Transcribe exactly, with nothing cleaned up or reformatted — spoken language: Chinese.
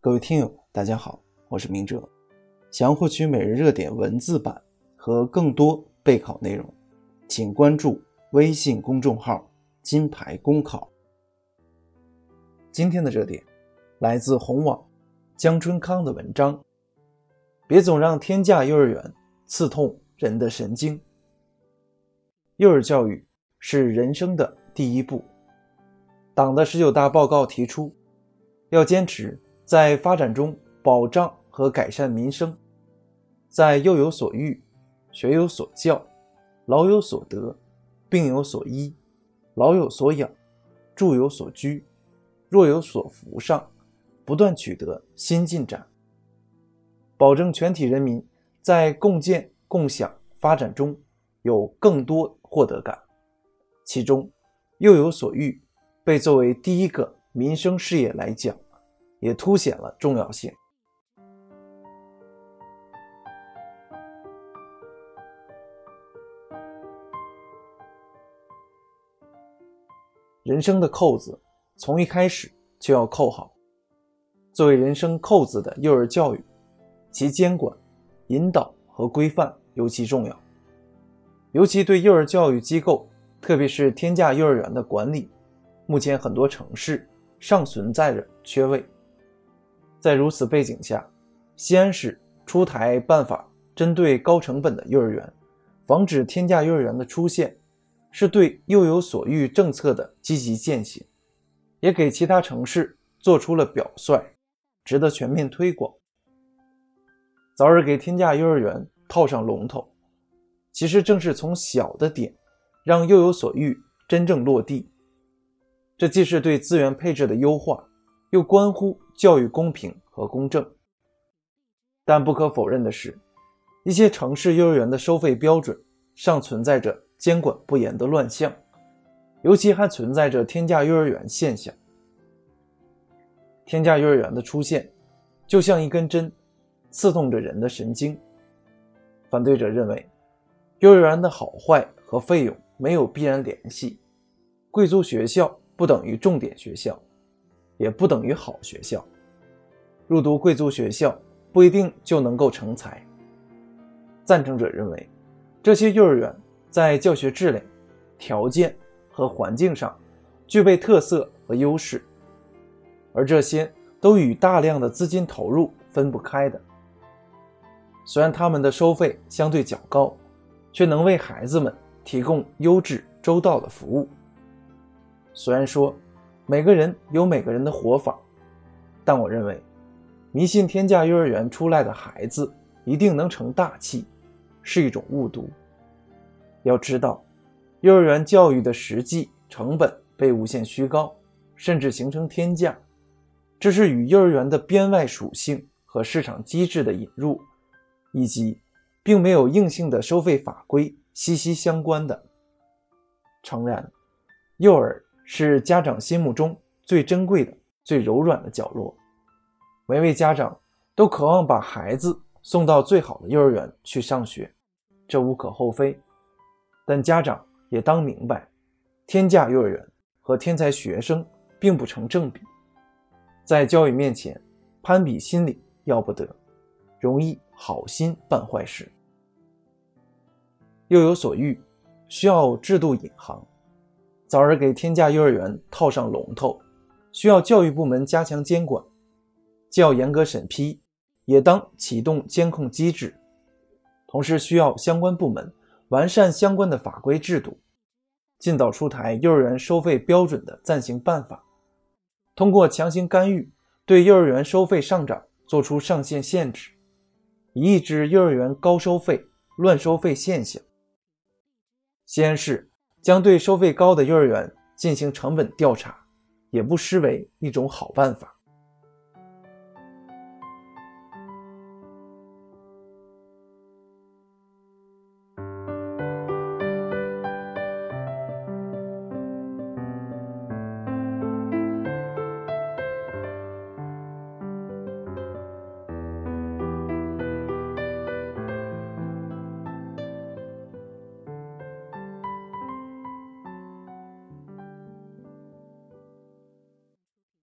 各位听友大家好，我是明哲。想要获取每日热点文字版和更多备考内容，请关注微信公众号金牌公考。今天的热点来自红网江春康的文章，别总让天价幼儿园刺痛人的神经。幼儿教育是人生的第一步。党的十九大报告提出，要坚持在发展中保障和改善民生，在幼有所育、学有所教、老有所得、病有所医、老有所养、住有所居、若有所扶上，不断取得新进展，保证全体人民在共建共享发展中有更多获得感。其中幼有所育被作为第一个民生事业来讲，也凸显了重要性。人生的扣子从一开始就要扣好。作为人生扣子的幼儿教育，其监管、引导和规范尤其重要。尤其对幼儿教育机构，特别是天价幼儿园的管理，目前很多城市尚存在着缺位。在如此背景下，西安市出台办法，针对高成本的幼儿园，防止天价幼儿园的出现，是对幼有所育政策的积极践行，也给其他城市做出了表率，值得全面推广。早日给天价幼儿园套上龙头，其实正是从小的点让幼有所育真正落地。这既是对资源配置的优化，又关乎教育公平和公正。但不可否认的是，一些城市幼儿园的收费标准尚存在着监管不严的乱象，尤其还存在着天价幼儿园现象。天价幼儿园的出现就像一根针，刺痛着人的神经。反对者认为，幼儿园的好坏和费用没有必然联系，贵族学校不等于重点学校，也不等于好学校。入读贵族学校不一定就能够成才。赞成者认为，这些幼儿园在教学质量、条件和环境上具备特色和优势，而这些都与大量的资金投入分不开的。虽然他们的收费相对较高，却能为孩子们提供优质周到的服务。虽然说每个人有每个人的活法，但我认为迷信天价幼儿园出来的孩子一定能成大器，是一种误读。要知道，幼儿园教育的实际成本被无限虚高，甚至形成天价，这是与幼儿园的编外属性和市场机制的引入，以及并没有硬性的收费法规息息相关的。诚然，幼儿是家长心目中最珍贵的、最柔软的角落，每位家长都渴望把孩子送到最好的幼儿园去上学，这无可厚非。但家长也当明白，天价幼儿园和天才学生并不成正比，在教育面前，攀比心理要不得，容易好心办坏事。幼有所育需要制度引航，早日给天价幼儿园套上龙头，需要教育部门加强监管，既要严格审批，也当启动监控机制，同时需要相关部门完善相关的法规制度，尽早出台幼儿园收费标准的暂行办法，通过强行干预对幼儿园收费上涨做出上限限制，以抑制幼儿园高收费、乱收费现象。西安市将对收费高的幼儿园进行成本调查，也不失为一种好办法。